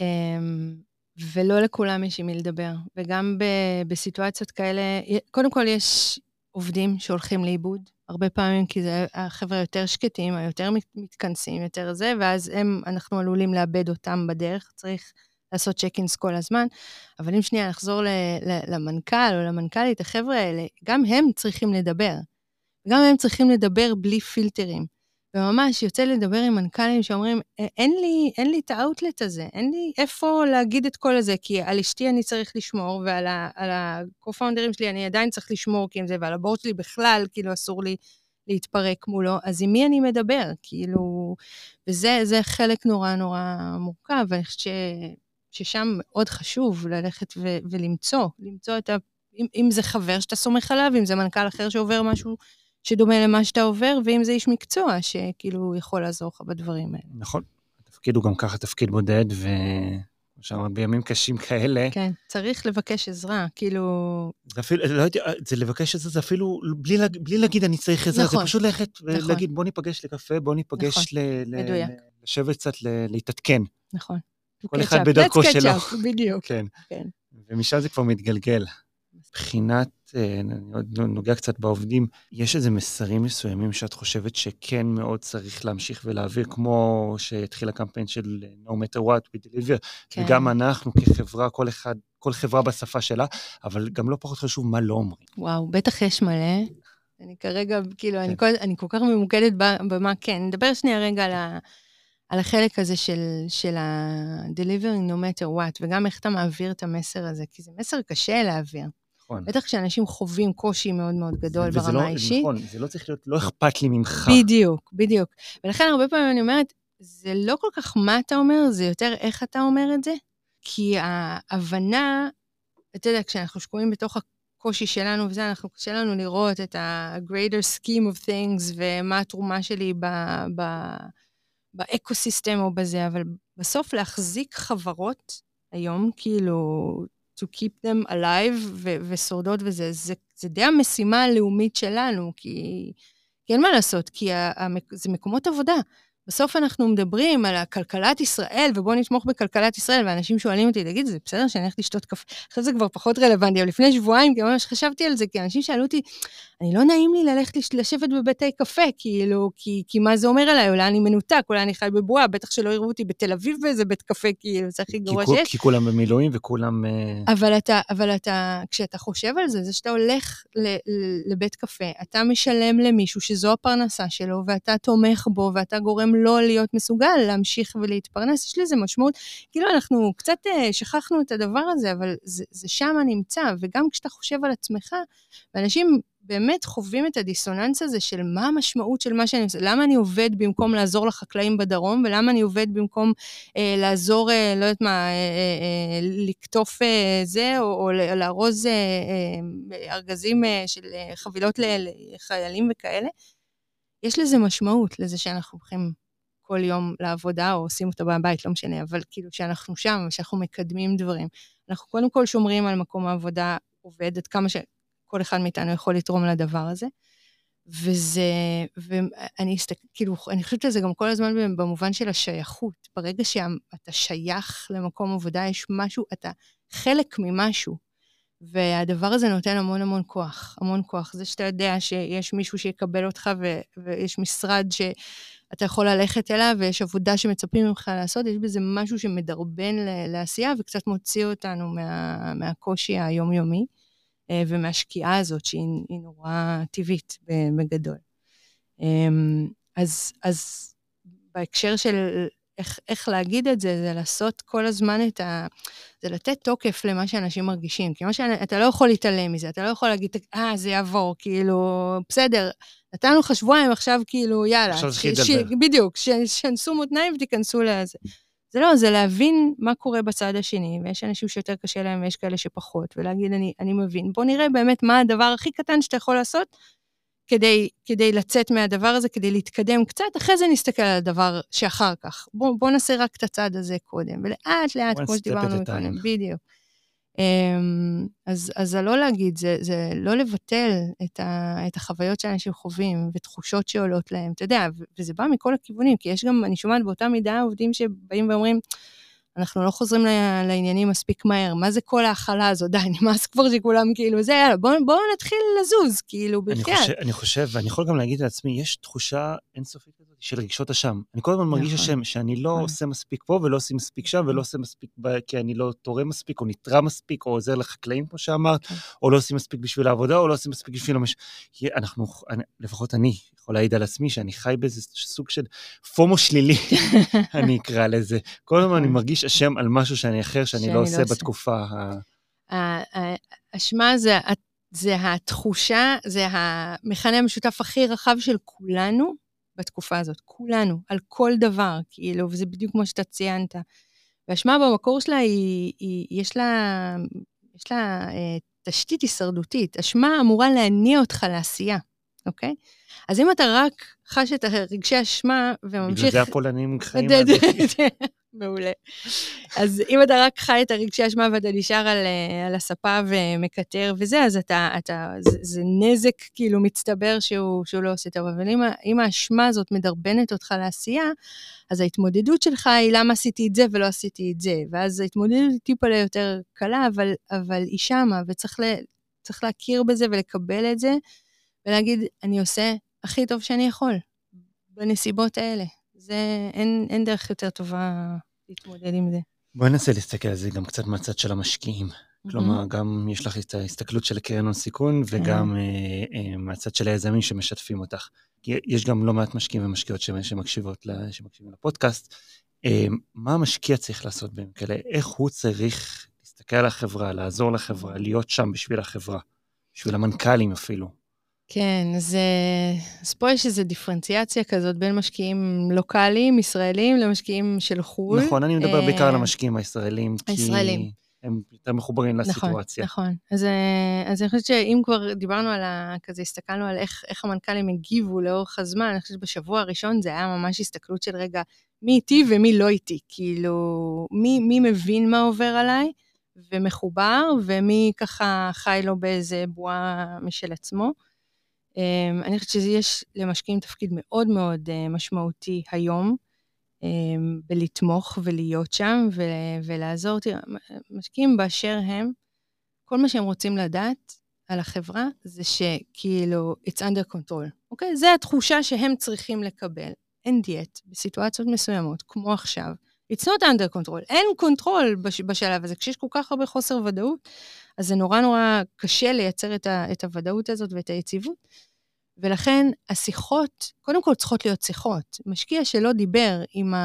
ולא לכולם יש עם מי לדבר. וגם בסיטואציות כאלה, קודם כל יש עובדים שהולכים לאיבוד, הרבה פעמים כי זה החבר'ה יותר שקטים, היותר מתכנסים, יותר זה, ואז אנחנו עלולים לאבד אותם בדרך, צריך לעשות צ'קינס כל הזמן, אבל אם שנייה נחזור למנכ"ל או למנכ"לית, החבר'ה האלה, גם הם צריכים לדבר, גם הם צריכים לדבר בלי פילטרים, וממש יוצא לדבר עם מנכ"לים שאומרים, אין לי את האוטלט הזה, אין לי איפה להגיד את כל הזה, כי על אשתי אני צריך לשמור, ועל הקו-פאונדרים שלי אני עדיין צריך לשמור, כי אם זה, ועל הבורד שלי בכלל, כאילו אסור לי להתפרק מולו, אז עם מי אני מדבר? כאילו, וזה חלק נורא נורא מורכב, ואני חושבת ששם מאוד חשוב ללכת ולמצוא את אם זה חבר שאתה סומך עליו, אם זה מנכ"ל אחר שעובר משהו, שדומה למה שאתה עובר, ואם זה איש מקצוע, שכאילו יכול לעזור לך בדברים האלה. נכון. התפקיד הוא גם ככה תפקיד בודד, ושם בימים קשים כאלה. כן, צריך לבקש עזרה, כאילו... זה אפילו, לא יודעת, זה לבקש עזרה, זה אפילו, בלי להגיד אני צריך עזרה, זה פשוט ללכת ולהגיד, בוא ניפגש לקפה, בוא ניפגש לשבת קצת, להתעדכן. נכון. כל אחד בדרכו שלו. בדיוק. כן. ומשם זה כבר מתגלגל. מבחינת, אני עוד נוגע קצת בעובדים, יש איזה מסרים מסוימים שאת חושבת שכן מאוד צריך להמשיך ולהעביר, כמו שהתחיל הקמפיין של No Matter What We Deliver, כן. וגם אנחנו כחברה, כל חברה בשפה שלה, אבל גם לא פחות חשוב מה לא אומרים. וואו, בטח יש מלא. אני כרגע, כאילו, כן. אני כל כך ממוקדת במה כן. נדבר שנייה רגע על החלק הזה של ה-delivering no matter what, וגם איך אתה מעביר את המסר הזה, כי זה מסר קשה להעביר. נכון. בטח כשאנשים חווים קושי מאוד מאוד גדול ברמה האישית. נכון, זה לא צריך להיות, לא אכפת לי ממך. בדיוק, בדיוק. ולכן הרבה פעמים אני אומרת, זה לא כל כך מה אתה אומר, זה יותר איך אתה אומר את זה, כי ההבנה, אתה יודע, כשאנחנו שקועים בתוך הקושי שלנו וזה, קשה לנו לראות את ה-greater scheme of things, ומה התרומה שלי באקוסיסטם או בזה, אבל בסוף להחזיק חברות היום, כאילו, to keep them alive ושורדות וזה, זה די המשימה הלאומית שלנו, כי אין מה לעשות, כי זה מקומות עבודה. בסוף אנחנו מדברים על הכלכלת ישראל, ובואו נתמוך בכלכלת ישראל, ואנשים שואלים אותי, תגיד, זה בסדר שאני הולכת לשתות קפה? עכשיו זה כבר פחות רלוונטי, אבל לפני שבועיים, כי ממש חשבתי על זה, כי אנשים שאלו אותי, אני לא נעים לי ללכת לשבת בבתי קפה, כאילו, כי מה זה אומר עליי? אולי אני מנותק, אולי אני חי בבועה, בטח שלא יראו אותי בתל אביב באיזה בית קפה, כאילו, זה הכי גרוע שיש. כי כולם במילואים וכולם... אבל אתה, כשאתה חושב על זה, זה שאתה הולך לבית קפה, אתה משלם למישהו שזו הפרנסה שלו, ואתה תומך בו, ואתה גורם לא להיות מסוגל להמשיך ולהתפרנס. יש לזה משמעות, כאילו אנחנו קצת שכחנו את הדבר הזה, אבל זה שם נמצא, וגם כשאתה חושב על עצמך, ואנשים באמת חווים את הדיסוננס הזה של מה המשמעות של מה שאני עושה, למה אני עובד במקום לעזור לחקלאים בדרום, ולמה אני עובד במקום לעזור, לא יודעת מה, לקטוף זה, או לארוז ארגזים של חבילות לחיילים וכאלה. יש לזה משמעות, לזה שאנחנו הולכים כל יום לעבודה, או עושים אותה בבית, לא משנה, אבל כאילו שאנחנו שם, שאנחנו מקדמים דברים. אנחנו קודם כל שומרים על מקום העבודה עובד, עד כמה כל אחד מאיתנו יכול לתרום לדבר הזה, ואני כאילו, אני חושבת על זה גם כל הזמן במובן של השייכות, ברגע שאתה שייך למקום עבודה, יש משהו, אתה חלק ממשהו, והדבר הזה נותן המון המון כוח, המון כוח, זה שאתה יודע שיש מישהו שיקבל אותך, ויש משרד שאתה יכול ללכת אליו, ויש עבודה שמצפים ממך לעשות, יש בזה משהו שמדרבן לעשייה, וקצת מוציא אותנו מהקושי היומיומי, ומהשקיעה הזאת שהיא נורא טבעית בגדול. אז בהקשר של איך להגיד את זה, זה לעשות כל הזמן זה לתת תוקף למה שאנשים מרגישים, כי אתה לא יכול להתעלם מזה, אתה לא יכול להגיד, זה יעבור, כאילו, בסדר, נתנו לך שבועיים עכשיו, כאילו, יאללה, בדיוק, שנסו מותניים ותיכנסו לזה. זה לא, זה להבין מה קורה בצד השני, ויש אנשים שיותר קשה להם, ויש כאלה שפחות, ולהגיד, אני מבין. בוא נראה באמת מה הדבר הכי קטן שאתה יכול לעשות, כדי לצאת מהדבר הזה, כדי להתקדם קצת, אחרי זה נסתכל על הדבר שאחר כך. בוא נעשה רק את הצד הזה קודם, ולאט לאט, כמו שדיברנו קודם, בדיוק. אז זה לא להגיד, זה לא לבטל את החוויות שאנשים חווים, ותחושות שעולות להם, אתה יודע, וזה בא מכל הכיוונים, כי יש גם, אני שומעת באותה מידה, עובדים שבאים ואומרים, אנחנו לא חוזרים לעניינים מספיק מהר, מה זה כל ההכלה הזו, די, נמאס כבר שכולם כאילו, זה יאללה, בואו נתחיל לזוז, כאילו, בחייאת. אני חושב, ואני יכול גם להגיד לעצמי, יש תחושה אינסופית של רגשות אשם. אני כל הזמן מרגיש אשם, שאני לא עושה מספיק פה, ולא עושה מספיק שם, ולא עושה מספיק, כי אני לא תורם מספיק, או נתרע מספיק, או עוזר לחקלאים, כמו שאמרת, או לא עושה מספיק בשביל העבודה, או לא עושה מספיק בשביל כי לפחות אני יכול להעיד על עצמי, שאני חי באיזה סוג של פומו שלילי, אני אקרא לזה. כל הזמן אני מרגיש אשם על משהו שאני אחר, שאני לא עושה בתקופה. האשמה זה התחושה, זה המכנה המשותף הכי רחב של כולנו, בתקופה הזאת, כולנו, על כל דבר, כאילו, וזה בדיוק כמו שאתה ציינת. והאשמה במקור שלה יש לה תשתית הישרדותית. אשמה אמורה להניע אותך לעשייה, אוקיי? אז אם אתה רק חש את רגשי אשמה וממשיך... בגלל זה הפולנים חיים מעולה. אז אם אתה רק חי את הרגשי אשמה ואתה נשאר על הספה ומקטר וזה, אז זה נזק כאילו מצטבר שהוא לא עושה טוב. אבל אם האשמה הזאת מדרבנת אותך לעשייה, אז ההתמודדות שלך היא למה עשיתי את זה ולא עשיתי את זה. ואז ההתמודדות היא טיפה יותר קלה, אבל היא שמה, וצריך צריך להכיר בזה ולקבל את זה, ולהגיד, אני עושה הכי טוב שאני יכול, בנסיבות האלה. אין דרך יותר טובה להתמודד עם זה. בואי ננסה להסתכל על זה גם קצת מהצד של המשקיעים. כלומר, גם יש לך את ההסתכלות של קרן הון סיכון, וגם מהצד של היזמים שמשתפים אותך. יש גם לא מעט משקיעים ומשקיעות שמקשיבים לפודקאסט. מה המשקיע צריך לעשות בהם כאלה? איך הוא צריך להסתכל על החברה, לעזור לחברה, להיות שם בשביל החברה, בשביל המנכ"לים אפילו? כן, אז פה יש איזו דיפרנציאציה כזאת בין משקיעים לוקאליים, ישראלים, למשקיעים של חו"ל. נכון, אני מדבר בעיקר על המשקיעים הישראלים, כי הם יותר מחוברים לסיטואציה. נכון. אז אני חושבת שאם כבר דיברנו על כזה, הסתכלנו על איך המנכ"לים הגיבו לאורך הזמן, אני חושבת שבשבוע הראשון זה היה ממש הסתכלות של רגע, מי איתי ומי לא איתי, כאילו, מי מבין מה עובר עליי, ומחובר, ומי ככה חי לו באיזה בועה משל עצמו. אני חושבת שיש למשקיעים תפקיד מאוד מאוד משמעותי היום, בלתמוך ולהיות שם ולעזור. משקיעים באשר הם, כל מה שהם רוצים לדעת על החברה, זה שכאילו, it's under control. אוקיי? זה התחושה שהם צריכים לקבל. אין דיאט בסיטואציות מסוימות, כמו עכשיו. It's not under control. אין קונטרול בשלב הזה. כשיש כל כך הרבה חוסר ודאות, אז זה נורא נורא קשה לייצר את הוודאות הזאת ואת היציבות. ולכן השיחות, קודם כל צריכות להיות שיחות. משקיע שלא דיבר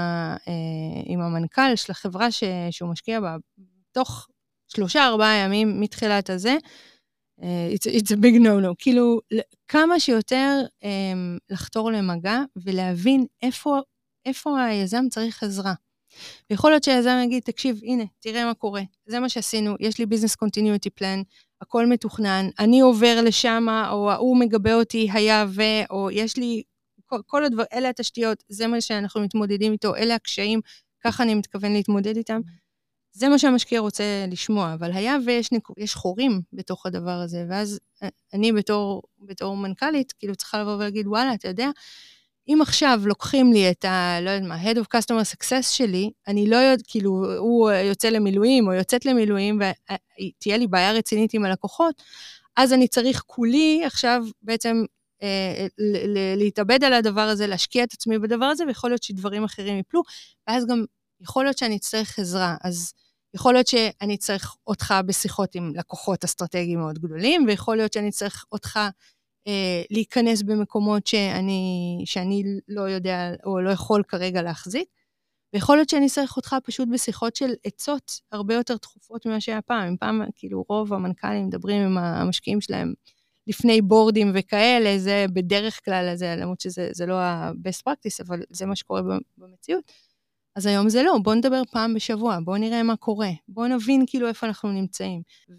עם המנכ"ל של החברה שהוא משקיע בה, תוך 3-4 ימים מתחילת הזה, it's a big no-no. כאילו, כמה שיותר לחתור למגע ולהבין איפה היזם צריך עזרה. ויכול להיות שהיזם יגיד, תקשיב, הנה, תראה מה קורה. זה מה שעשינו, יש לי business continuity plan, הכל מתוכנן, אני עובר לשם, או הוא מגבה אותי, היה או יש לי, כל הדבר, אלה התשתיות, זה מה שאנחנו מתמודדים איתו, אלה הקשיים, ככה אני מתכוון להתמודד איתם. זה מה שהמשקיע רוצה לשמוע, אבל היה ויש חורים בתוך הדבר הזה, ואז אני בתור מנכ"לית, כאילו צריכה לבוא ולהגיד, וואלה, אתה יודע, אם עכשיו לוקחים לי את לא יודעת מה, Head of Customer Success שלי, אני לא יודעת, כאילו, הוא יוצא למילואים או יוצאת למילואים, ותהיה לי בעיה רצינית עם הלקוחות, אז אני צריך כולי עכשיו בעצם להתאבד על הדבר הזה, להשקיע את עצמי בדבר הזה, ויכול להיות שדברים אחרים יפלו, ואז גם יכול להיות שאני אצטרך עזרה, אז יכול להיות שאני צריך אותך בשיחות עם לקוחות אסטרטגיים מאוד גדולים, ויכול להיות שאני צריך אותך להיכנס במקומות שאני לא יודע או לא יכול כרגע להחזיק, ויכול להיות שאני צריך אותך פשוט בשיחות של עצות הרבה יותר תכופות ממה שהיה פעם. פעם, כאילו, רוב המנכ"לים מדברים עם המשקיעים שלהם לפני בורדים וכאלה, זה בדרך כלל, למרות שזה לא ה-best practice, אבל זה מה שקורה במציאות. אז היום זה לא, בוא נדבר פעם בשבוע, בוא נראה מה קורה, בוא נבין כאילו איפה אנחנו נמצאים.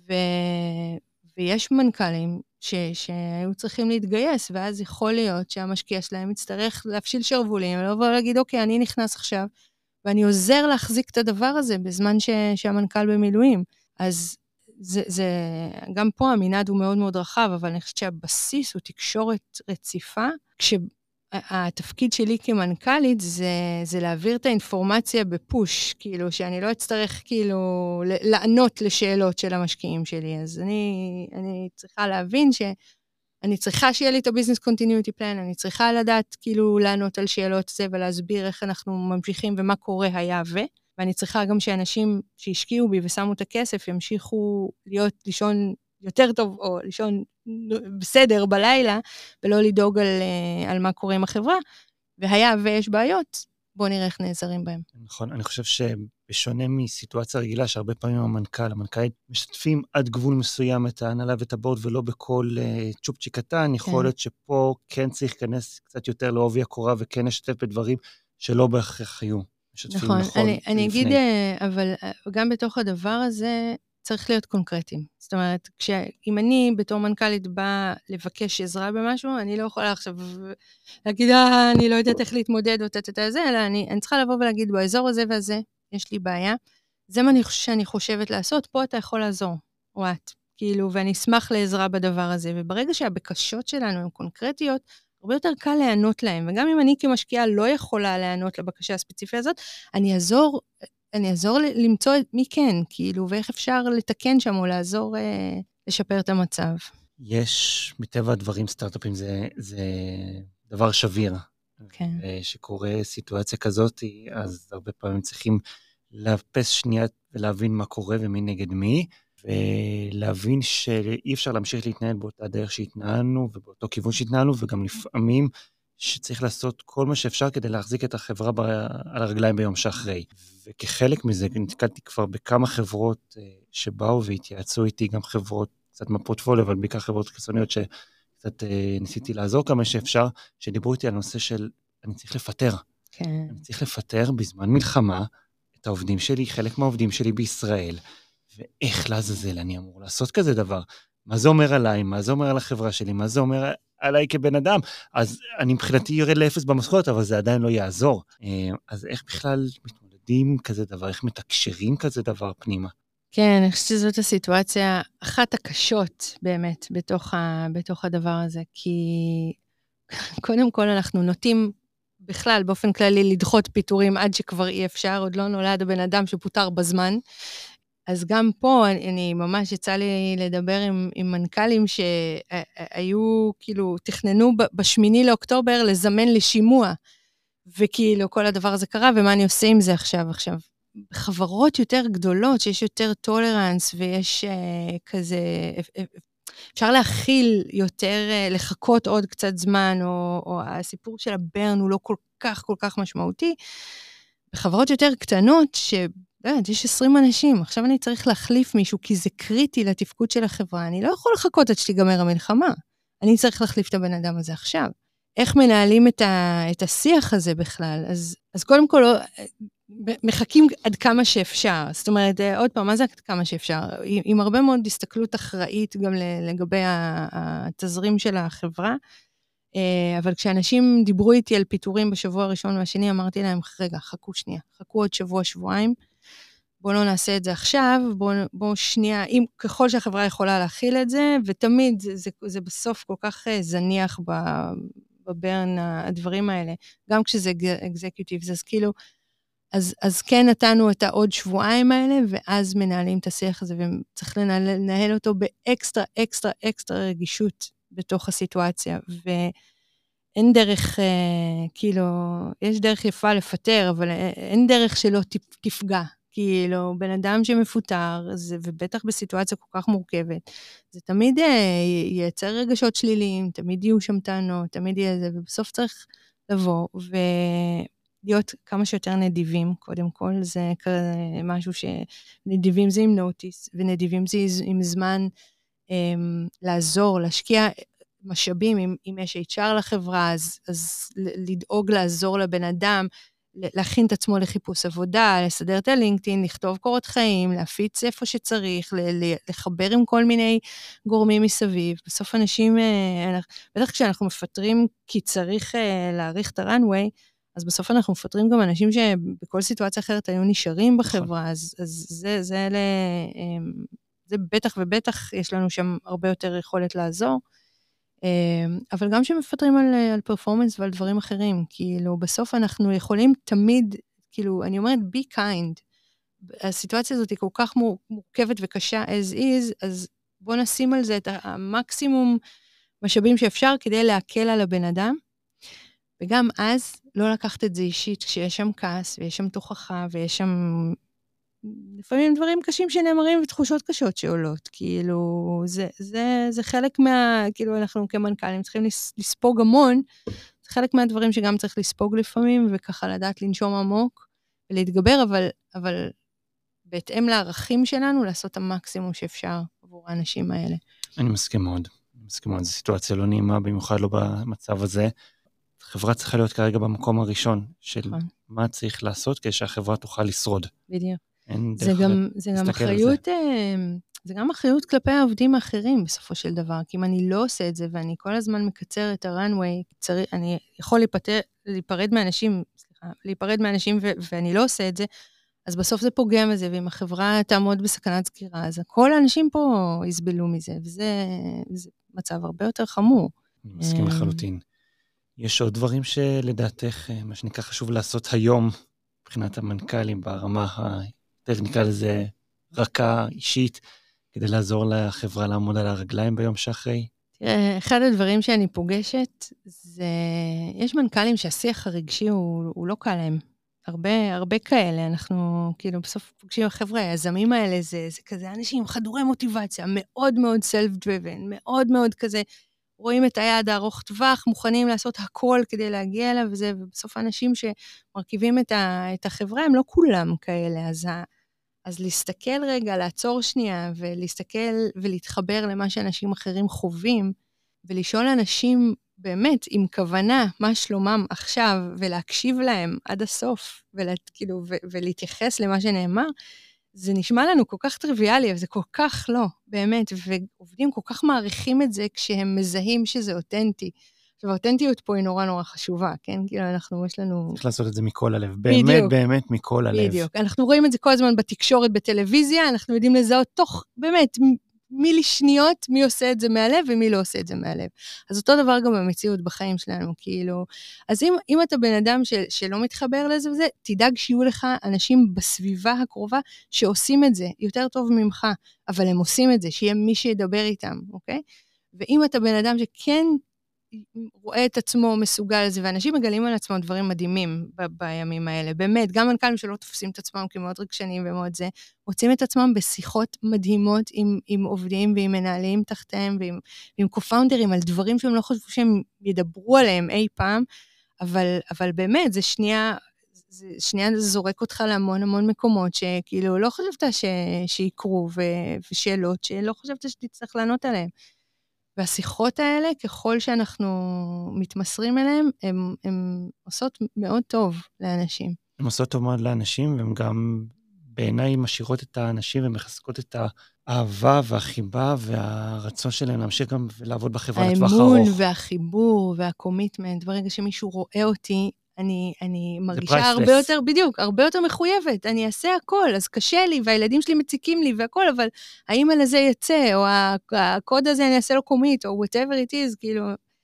ויש מנכ"לים שהיו צריכים להתגייס, ואז יכול להיות שהמשקיע שלהם יצטרך להפשיל שרבולים, ולבוא להגיד, אוקיי, אני נכנס עכשיו, ואני עוזר להחזיק את הדבר הזה, בזמן שהמנכ"ל במילואים. אז גם פה המנעד הוא מאוד מאוד רחב, אבל אני חושבת שהבסיס הוא תקשורת רציפה, התפקיד שלי כמנכ"לית זה להעביר את האינפורמציה בפוש, כאילו, שאני לא אצטרך כאילו לענות לשאלות של המשקיעים שלי. אז אני צריכה להבין שאני צריכה שיהיה לי את ה-Business Continuity Plan, אני צריכה לדעת כאילו לענות על שאלות זה ולהסביר איך אנחנו ממשיכים ומה קורה היה ואני צריכה גם שאנשים שהשקיעו בי ושמו את הכסף ימשיכו לישון יותר טוב, או לישון בסדר בלילה, ולא לדאוג על מה קורה עם החברה, והיה ויש בעיות, בואו נראה איך נעזרים בהם. נכון, אני חושב שבשונה מסיטואציה רגילה, שהרבה פעמים המנכ"לית משתפים עד גבול מסוים את ההנהלה ואת הבורד, ולא בכל צ'ופצ'י קטן, יכול להיות שפה כן צריך להיכנס קצת יותר לעובי הקורה, וכן לשתף בדברים שלא בהכרח היו. נכון, אני אגיד, אבל גם בתוך הדבר הזה, צריך להיות קונקרטיים. זאת אומרת, אם אני בתור מנכ"לית באה לבקש עזרה במשהו, אני לא יכולה עכשיו להגיד, אני לא יודעת איך להתמודד או את זה, אלא אני צריכה לבוא ולהגיד, באזור הזה והזה, יש לי בעיה. זה מה שאני חושבת לעשות, פה אתה יכול לעזור, או את. כאילו, ואני אשמח לעזרה בדבר הזה. וברגע שהבקשות שלנו הן קונקרטיות, הרבה יותר קל לענות להם. וגם אם אני כמשקיעה לא יכולה לענות לבקשה הספציפית הזאת, אני אעזור למצוא מי כן, כאילו, ואיך אפשר לתקן שם, או לעזור לשפר את המצב. יש, מטבע הדברים, סטארט-אפים זה דבר שביר. כן. שקורה סיטואציה כזאת, אז הרבה פעמים צריכים לאפס שנייה ולהבין מה קורה ומי נגד מי, ולהבין שאי אפשר להמשיך להתנהל באותה דרך שהתנהלנו, ובאותו כיוון שהתנהלנו, וגם לפעמים שצריך לעשות כל מה שאפשר כדי להחזיק את החברה על הרגליים ביום שאחרי. וכחלק מזה, נתקלתי כבר בכמה חברות שבאו והתייעצו איתי, גם חברות קצת מהפורטפוליו, אבל בעיקר חברות חיצוניות שקצת ניסיתי לעזור כמה שאפשר, שדיברו איתי על נושא של אני צריך לפטר. כן. אני צריך לפטר בזמן מלחמה את העובדים שלי, חלק מהעובדים שלי בישראל, ואיך לעזאזל אני אמור לעשות כזה דבר? מה זה אומר עליי? מה זה אומר על החברה שלי? מה זה אומר עליי כבן אדם? אז אני מבחינתי יורד לאפס במשכורת, אבל זה עדיין לא יעזור. אז איך בכלל מתמודדים כזה דבר? איך מתקשרים כזה דבר פנימה? כן, אני חושבת שזאת הסיטואציה אחת הקשות באמת בתוך הדבר הזה, כי קודם כל אנחנו נוטים בכלל באופן כללי לדחות פיטורים עד שכבר אי אפשר, עוד לא נולד הבן אדם שפוטר בזמן. אז גם פה אני ממש יצא לי לדבר עם מנכ"לים שהיו כאילו תכננו בשמיני לאוקטובר לזמן לשימוע, וכאילו כל הדבר הזה קרה, ומה אני עושה עם זה עכשיו? בחברות יותר גדולות, שיש יותר טולרנס, ויש כזה, אפשר להכיל יותר, לחכות עוד קצת זמן, או הסיפור של הברן הוא לא כל כך משמעותי. בחברות יותר קטנות, יש 20 אנשים, עכשיו אני צריך להחליף מישהו, כי זה קריטי לתפקוד של החברה, אני לא יכול לחכות עד שתיגמר המלחמה, אני צריך להחליף את הבן אדם הזה עכשיו. איך מנהלים את השיח הזה בכלל? אז קודם כל, מחכים עד כמה שאפשר. זאת אומרת, עוד פעם, מה זה עד כמה שאפשר? עם הרבה מאוד הסתכלות אחראית גם לגבי התזרים של החברה, אבל כשאנשים דיברו איתי על פיטורים בשבוע הראשון והשני, אמרתי להם, רגע, חכו שנייה, חכו עוד שבוע, שבועיים, בואו לא נעשה את זה עכשיו, בואו שנייה, ככל שהחברה יכולה להכיל את זה, ותמיד זה בסוף כל כך זניח בברן הדברים האלה, גם כשזה אקזקיוטיב, אז כאילו, אז כן נתנו את העוד שבועיים האלה, ואז מנהלים את השיח הזה, וצריך לנהל אותו באקסטרה רגישות בתוך הסיטואציה, ואין דרך, כאילו, יש דרך יפה לפטר, אבל אין דרך שלא תפגע, כאילו, בן אדם שמפוטר, ובטח בסיטואציה כל כך מורכבת, זה תמיד ייצר רגשות שליליים, תמיד יהיו שם טענות, תמיד יהיה זה, ובסוף צריך לבוא, להיות כמה שיותר נדיבים, קודם כל, זה משהו שנדיבים זה עם נוטיס, ונדיבים זה עם זמן לעזור, להשקיע משאבים, אם יש HR לחברה, אז לדאוג לעזור לבן אדם, להכין את עצמו לחיפוש עבודה, לסדר את הלינקדאין, לכתוב קורות חיים, להפיץ איפה שצריך, לחבר עם כל מיני גורמים מסביב. בסוף אנשים, בטח כשאנחנו מפטרים כי צריך להאריך את הראנוויי, אז בסוף אנחנו מפטרים גם אנשים שבכל סיטואציה אחרת היו נשארים בחברה, אז זה בטח ובטח יש לנו שם הרבה יותר יכולת לעזור, אבל גם שמפטרים על פרפורמנס ועל דברים אחרים, כאילו בסוף אנחנו יכולים תמיד, כאילו אני אומרת be kind, הסיטואציה הזאת היא כל כך מורכבת וקשה as is, אז בוא נשים על זה את המקסימום משאבים שאפשר כדי להקל על הבן אדם, וגם אז לא לקחת את זה אישית, כשיש שם כעס, ויש שם תוכחה, ויש שם לפעמים דברים קשים שנאמרים, ותחושות קשות שעולות, כאילו, זה חלק כאילו, אנחנו כמנכ"לים צריכים לספוג המון, זה חלק מהדברים שגם צריך לספוג לפעמים, וככה לדעת לנשום עמוק, ולהתגבר, אבל בהתאם לערכים שלנו, לעשות המקסימום שאפשר עבור האנשים האלה. אני מסכים מאוד, זו סיטואציה לא נעימה, במיוחד לא במצב הזה, חברה צריכה להיות כרגע במקום הראשון של מה צריך לעשות כדי שהחברה תוכל לשרוד. בדיוק. זה גם אחריות כלפי העובדים האחרים בסופו של דבר, כי אם אני לא עושה את זה ואני כל הזמן מקצר את הראנוויי, אני יכול להיפרד מאנשים ואני לא עושה את זה, אז בסוף זה פוגם בזה, ואם החברה תעמוד בסכנת סגירה, אז כל האנשים פה יסבלו מזה, וזה מצב הרבה יותר חמור. אני מסכים לחלוטין. יש עוד דברים שלדעתך, מה שנקרא חשוב לעשות היום, מבחינת המנכ"לים ברמה הטכניקה לזה רכה, אישית, כדי לעזור לחברה לעמוד על הרגליים ביום שאחרי? תראה, אחד הדברים שאני פוגשת, זה, יש מנכ"לים שהשיח הרגשי הוא לא קל להם. הרבה כאלה, אנחנו כאילו בסוף פוגשים החבר'ה, היזמים האלה, זה כזה אנשים חדורי מוטיבציה, מאוד מאוד self-driven, מאוד מאוד כזה, רואים את היעד הארוך טווח, מוכנים לעשות הכל כדי להגיע אליו, ובסוף האנשים שמרכיבים את החברה, הם לא כולם כאלה, אז להסתכל רגע, לעצור שנייה, ולהסתכל ולהתחבר למה שאנשים אחרים חווים, ולשאול אנשים באמת עם כוונה מה שלומם עכשיו, ולהקשיב להם עד הסוף, ולהתייחס למה שנאמר, זה נשמע לנו כל כך טריוויאלי, אבל זה כל כך לא, באמת, ועובדים כל כך מעריכים את זה כשהם מזהים שזה אותנטי. עכשיו, האותנטיות פה היא נורא נורא חשובה, כן? כאילו, יש לנו... צריך לעשות את זה מכל הלב, באמת, באמת מכל הלב. בדיוק. אנחנו רואים את זה כל הזמן בתקשורת, בטלוויזיה, אנחנו יודעים לזהות תוך, באמת, מילי שניות, מי עושה את זה מהלב ומי לא עושה את זה מהלב. אז אותו דבר גם במציאות בחיים שלנו, כאילו. אז אם אתה בן אדם שלא מתחבר לזה וזה, תדאג שיהיו לך אנשים בסביבה הקרובה שעושים את זה יותר טוב ממך, אבל הם עושים את זה, שיהיה מי שידבר איתם, אוקיי? ואם אתה בן אדם שכן רואה את עצמו מסוגל לזה, ואנשים מגלים על עצמם דברים מדהימים בימים האלה, באמת, גם מנכ"לים שלא תופסים את עצמם כמאוד רגשנים ומאוד זה, מוצאים את עצמם בשיחות מדהימות עם עובדים ועם מנהלים תחתיהם, ועם קו-פאונדרים על דברים שהם לא חושבו שהם ידברו עליהם אי פעם, אבל באמת, זה שנייה זה זורק אותך להמון המון מקומות, שכאילו לא חשבת שיקרו, ושאלות שלא חשבת שתצטרך לענות עליהם. והשיחות האלה, ככל שאנחנו מתמסרים אליהם, הן עושות מאוד טוב לאנשים. הן עושות טוב מאוד לאנשים, והן גם בעיניי משאירות את האנשים ומחזקות את האהבה והחיבה והרצון שלהם להמשיך גם לעבוד בחברה לטווח ארוך. האמון והחיבור והקומיטמנט, ברגע שמישהו רואה אותי, אני מרגישה הרבה יותר, בדיוק, הרבה יותר מחויבת, אני אעשה הכל, אז קשה לי, והילדים שלי מציקים לי והכל, אבל האם על זה יצא, או הקוד הזה אני אעשה לו קומיט, או whatever it is, כאילו,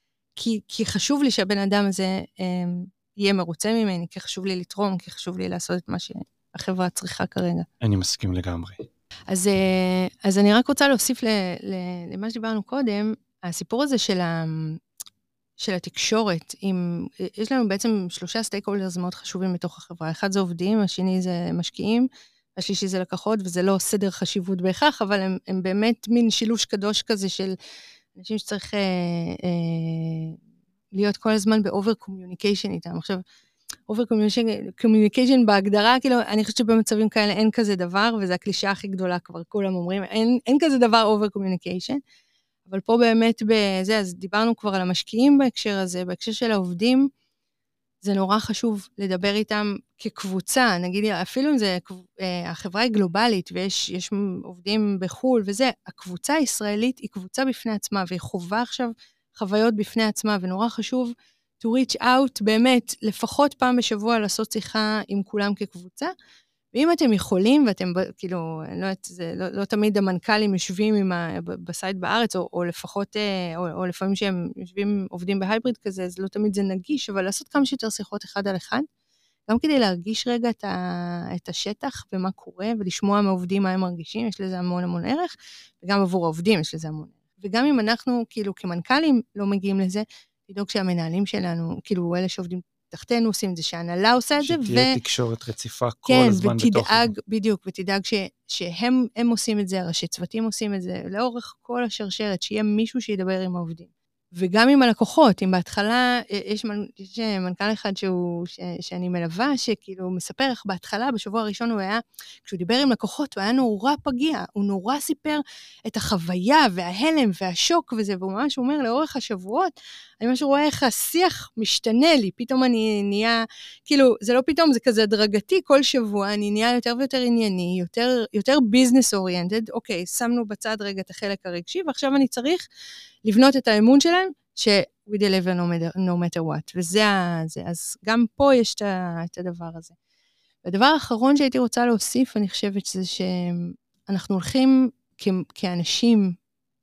כי חשוב לי שהבן אדם הזה יהיה מרוצה ממני, כי חשוב לי לתרום, כי חשוב לי לעשות את מה שהחברה צריכה כרגע. אני מסכים לגמרי. אז אני רק רוצה להוסיף למה שדיברנו קודם, הסיפור הזה של התקשורת, יש לנו בעצם 3 סטייקהולדרס מאוד חשובים בתוך החברה. אחד זה עובדים, השני זה משקיעים, השלישי זה לקוחות, וזה לא סדר חשיבות בהכרח, אבל הם באמת מין שילוש קדוש כזה של אנשים שצריך להיות כל הזמן באובר קומיוניקיישן איתם. עכשיו, אובר קומיוניקיישן בהגדרה, כאילו, אני חושבת שבמצבים כאלה אין כזה דבר, וזו הקלישה הכי גדולה כבר, כולם אומרים, אין כזה דבר אובר קומיוניקיישן. אבל פה באמת בזה, אז דיברנו כבר על המשקיעים בהקשר הזה, בהקשר של העובדים, זה נורא חשוב לדבר איתם כקבוצה, נגיד, אפילו אם זה, החברה היא גלובלית, ויש עובדים בחול וזה, הקבוצה הישראלית היא קבוצה בפני עצמה, והיא חובה עכשיו חוויות בפני עצמה, ונורא חשוב to reach out, באמת, לפחות פעם בשבוע לעשות שיחה עם כולם כקבוצה, ואם אתם יכולים, ואתם כאילו, אני לא יודעת, לא תמיד המנכ"לים יושבים בסייט בארץ, או לפחות, או לפעמים שהם יושבים, עובדים בהייבריד כזה, אז לא תמיד זה נגיש, אבל לעשות כמה שיותר שיחות אחד על אחד, גם כדי להרגיש רגע את השטח ומה קורה, ולשמוע מהעובדים מה הם מרגישים, יש לזה המון המון ערך, וגם עבור העובדים יש לזה המון ערך. וגם אם אנחנו, כאילו, כמנכ"לים לא מגיעים לזה, לדאוג שהמנהלים שלנו, כאילו, אלה שעובדים תחתנו עושים את זה, שהנהלה עושה את זה, שתהיה תקשורת רציפה כל הזמן בתוך זה. בדיוק, ותדאג שהם עושים את זה, הראשי צוותים עושים את זה, לאורך כל השרשרת, שיהיה מישהו שידבר עם העובדים. וגם עם הלקוחות, אם בהתחלה, יש מנכ"ל אחד שאני מלווה, שכאילו מספר איך בהתחלה, בשבוע הראשון הוא היה, כשהוא דיבר עם לקוחות, הוא היה נורא פגיע, הוא נורא סיפר את החוויה וההלם והשוק וזה, והוא ממש אומר לאורך השבועות, אני ממש רואה איך השיח משתנה לי, פתאום אני נהיה, כאילו, זה לא פתאום, זה כזה הדרגתי כל שבוע, אני נהיה יותר ויותר ענייני, יותר ביזנס אוריינטד, אוקיי, שמנו בצד רגע את החלק הרגשי, ועכשיו אני צריך לבנות את האמון שלהם, ש-we deliver no matter what, וזה זה. אז גם פה יש את הדבר הזה. והדבר האחרון שהייתי רוצה להוסיף, אני חושבת שזה שאנחנו הולכים כאנשים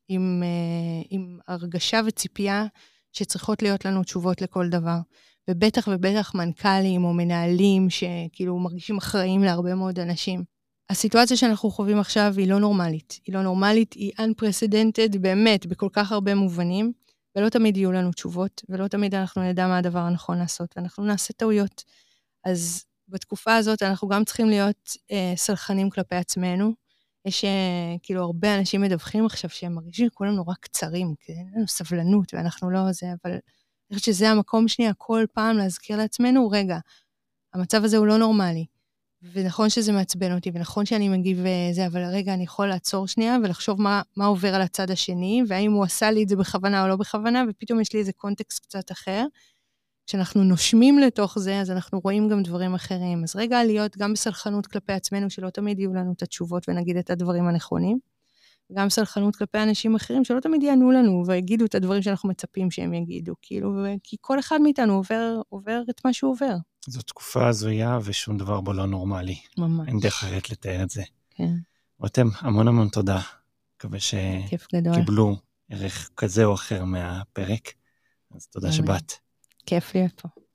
עם הרגשה וציפייה, שצריכות להיות לנו תשובות לכל דבר. ובטח ובטח מנכ"לים או מנהלים, שכאילו מרגישים אחראים להרבה מאוד אנשים. הסיטואציה שאנחנו חווים עכשיו היא לא נורמלית. היא לא נורמלית, היא unprecedented באמת, בכל כך הרבה מובנים, ולא תמיד יהיו לנו תשובות, ולא תמיד אנחנו נדע מה הדבר הנכון לעשות, ואנחנו נעשה טעויות. אז בתקופה הזאת אנחנו גם צריכים להיות סלחנים כלפי עצמנו. יש כאילו הרבה אנשים מדווחים עכשיו שהם מרגישים שכולם נורא קצרים, כי אין לנו סבלנות ואנחנו לא זה, אבל אני חושבת שזה המקום שנייה כל פעם להזכיר לעצמנו, רגע, המצב הזה הוא לא נורמלי, ונכון שזה מעצבן אותי, ונכון שאני מגיב זה, אבל רגע אני יכול לעצור שנייה ולחשוב מה עובר על הצד השני, והאם הוא עשה לי את זה בכוונה או לא בכוונה, ופתאום יש לי איזה קונטקסט קצת אחר. כשאנחנו נושמים לתוך זה, אז אנחנו רואים גם דברים אחרים. אז רגע להיות גם בסלחנות כלפי עצמנו, שלא תמיד יהיו לנו את התשובות ונגיד את הדברים הנכונים, וגם סלחנות כלפי אנשים אחרים, שלא תמיד יענו לנו ויגידו את הדברים שאנחנו מצפים שהם יגידו, כאילו, כי כל אחד מאיתנו עובר את מה שהוא עובר. זו תקופה הזויה ושום דבר בו לא נורמלי. ממש. אין דרך אחרת לתאר את זה. כן. רותם, המון המון תודה. מקווה שקיבלו ערך כזה או אחר מהפרק. אז תודה שבאת. כיף לי פה.